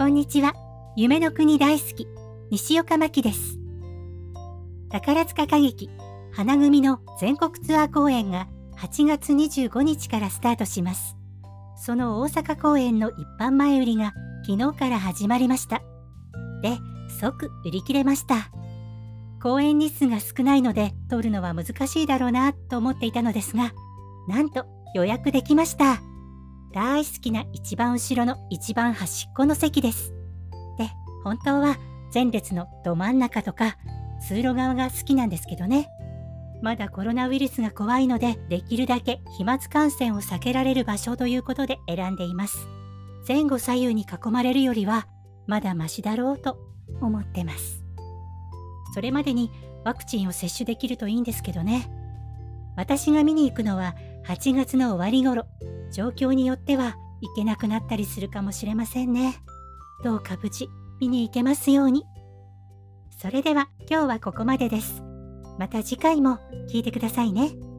こんにちは。夢の国大好き、西岡真希です。宝塚歌劇花組の全国ツアー公演が8月25日からスタートします。その大阪公演の一般前売りが昨日から始まりました。で、即売り切れました。公演日数が少ないので取るのは難しいだろうなと思っていたのですが、なんと予約できました。大好きな一番後ろの一番端っこの席です。で、本当は前列のど真ん中とか通路側が好きなんですけどね。まだコロナウイルスが怖いので、できるだけ飛沫感染を避けられる場所ということで選んでいます。前後左右に囲まれるよりはまだマシだろうと思ってます。それまでにワクチンを接種できるといいんですけどね。私が見に行くのは8月の終わり頃。状況によっては行けなくなったりするかもしれませんね。どうか無事見に行けますように。それでは今日はここまでです。また次回も聞いてくださいね。